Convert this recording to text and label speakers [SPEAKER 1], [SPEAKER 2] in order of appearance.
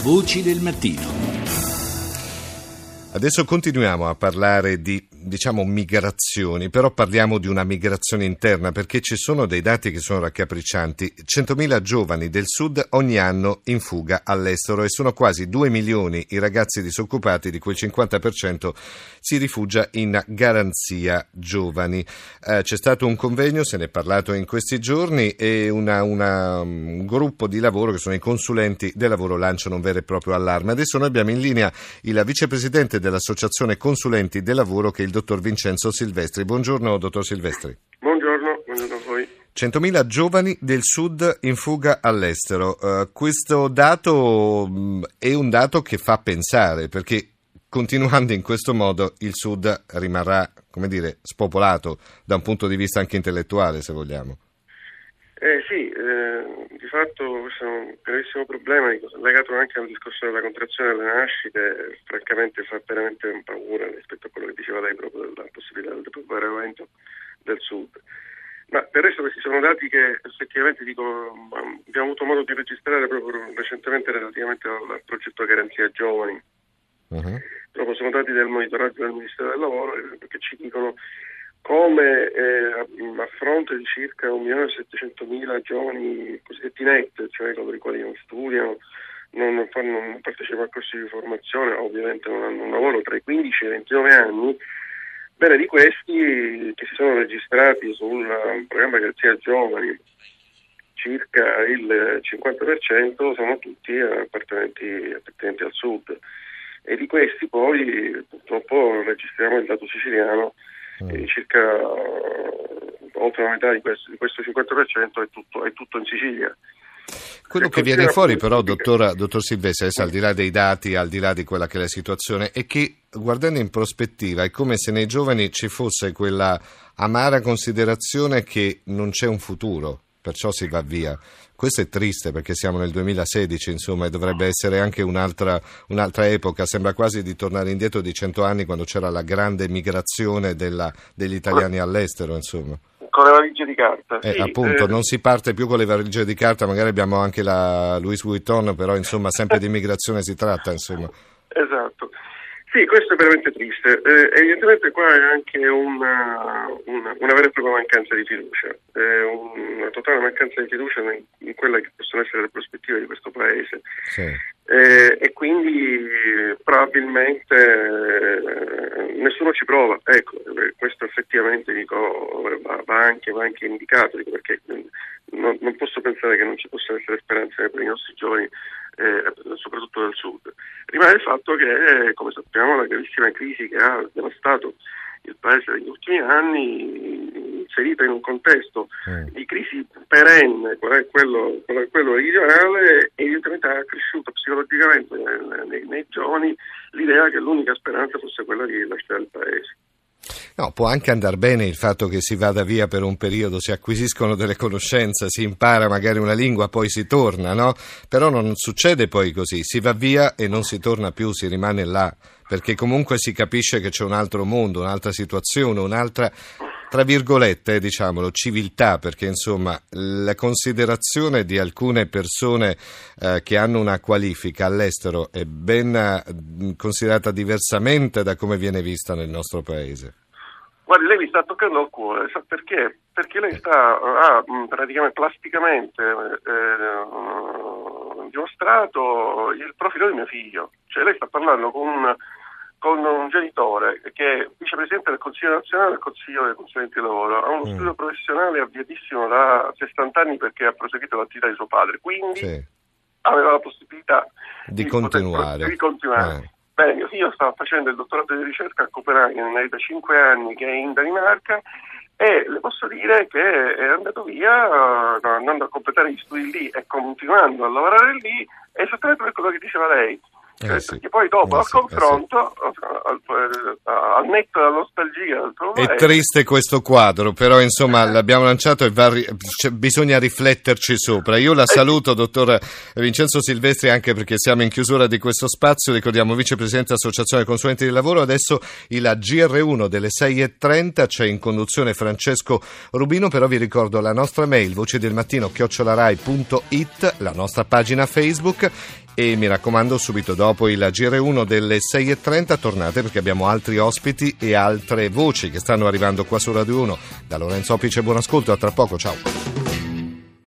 [SPEAKER 1] Voci del mattino.
[SPEAKER 2] Adesso continuiamo a parlare di, migrazioni, però parliamo di una migrazione interna, perché ci sono dei dati che sono raccapriccianti. 100.000 giovani del sud ogni anno in fuga all'estero e sono quasi 2 milioni i ragazzi disoccupati, di cui il 50% si rifugia in garanzia giovani. C'è stato un convegno, se ne è parlato in questi giorni, e un gruppo di lavoro, che sono i consulenti del lavoro, lanciano un vero e proprio allarme. Adesso noi abbiamo in linea il vicepresidente dell'Associazione Consulenti del Lavoro, che è il dottor Vincenzo Silvestri. Buongiorno, dottor Silvestri.
[SPEAKER 3] Buongiorno a voi.
[SPEAKER 2] 100.000 giovani del sud in fuga all'estero. Questo dato è un dato che fa pensare, perché continuando in questo modo il sud rimarrà, spopolato da un punto di vista anche intellettuale, se vogliamo.
[SPEAKER 3] Di fatto questo è un gravissimo problema legato anche al discorso della contrazione delle nascite. Francamente fa veramente paura rispetto a quello che diceva lei proprio della possibilità del depopolamento del sud. Ma per resto questi sono dati che effettivamente abbiamo avuto modo di registrare proprio recentemente relativamente al progetto Garanzia Giovani. Uh-huh. Proprio sono dati del monitoraggio del Ministero del Lavoro che ci dicono come a fronte di circa 1.700.000 giovani cosiddetti NEET, cioè coloro i quali non studiano, non partecipano a corsi di formazione, ovviamente non hanno un lavoro, tra i 15 e i 29 anni, bene, di questi che si sono registrati sul programma Garanzia Giovani, circa il 50% sono tutti appartenenti al sud, e di questi poi purtroppo registriamo il dato siciliano. Circa oltre la metà di questo 50% è tutto in Sicilia.
[SPEAKER 2] Quello che viene fuori però, dottor Silvestri, al di là dei dati, al di là di quella che è la situazione, è che guardando in prospettiva è come se nei giovani ci fosse quella amara considerazione che non c'è un futuro, perciò si va via. Questo è triste, perché siamo nel 2016, e dovrebbe essere anche un'altra epoca. Sembra quasi di tornare indietro di 100 anni, quando c'era la grande migrazione degli italiani all'estero,
[SPEAKER 3] Con le valigie di carta.
[SPEAKER 2] Appunto, non si parte più con le valigie di carta, magari abbiamo anche la Louis Vuitton, però sempre di immigrazione si tratta,
[SPEAKER 3] Esatto. Sì, questo è veramente triste. Evidentemente qua è anche una vera e propria mancanza di fiducia, una totale mancanza di fiducia in quelle che possono essere le prospettive di questo paese. Sì. E quindi probabilmente nessuno ci prova. Ecco, questo effettivamente va anche indicato, perché non posso pensare che non ci possano essere speranze per i nostri giovani, soprattutto del sud. Rimane il fatto che, come sappiamo, la gravissima crisi che ha devastato il paese negli ultimi anni, inserita in un contesto di crisi perenne, qual è quello meridionale, evidentemente ha cresciuto psicologicamente nei giovani l'idea che l'unica speranza fosse quella di lasciare il paese.
[SPEAKER 2] No, può anche andare bene il fatto che si vada via per un periodo, si acquisiscono delle conoscenze, si impara magari una lingua, poi si torna, no? Però non succede poi così, si va via e non si torna più, si rimane là, perché comunque si capisce che c'è un altro mondo, un'altra situazione, un'altra, tra virgolette, civiltà, perché la considerazione di alcune persone che hanno una qualifica all'estero è ben considerata diversamente da come viene vista nel nostro paese.
[SPEAKER 3] Guardi, lei mi sta toccando al cuore, sa perché? Perché lei ha praticamente plasticamente dimostrato il profilo di mio figlio. Cioè lei sta parlando con un genitore che è vicepresidente del Consiglio nazionale del Consiglio dei Consulenti del Lavoro, ha uno studio professionale avviatissimo da 60 anni perché ha proseguito l'attività di suo padre, quindi aveva la possibilità di continuare. Bene, mio figlio stava facendo il dottorato di ricerca a Copenaghen da 5 anni, che è in Danimarca, e le posso dire che è andato via, andando a completare gli studi lì e continuando a lavorare lì, esattamente per quello che diceva lei. Perché poi dopo al confronto, al netto della nostalgia del problema,
[SPEAKER 2] è triste questo quadro, però l'abbiamo lanciato e bisogna rifletterci sopra. Io la saluto, dottor Vincenzo Silvestri, anche perché siamo in chiusura di questo spazio. Ricordiamo vicepresidente dell'Associazione Consulenti del Lavoro. Adesso il GR1 delle 6:30, c'è in conduzione Francesco Rubino, però vi ricordo la nostra mail, vocedelmattino@rai.it, la nostra pagina Facebook, E mi raccomando, subito dopo il GR1 delle 6.30 tornate, perché abbiamo altri ospiti e altre voci che stanno arrivando qua su Radio 1. Da Lorenzo Opice, buon ascolto, a tra poco, ciao.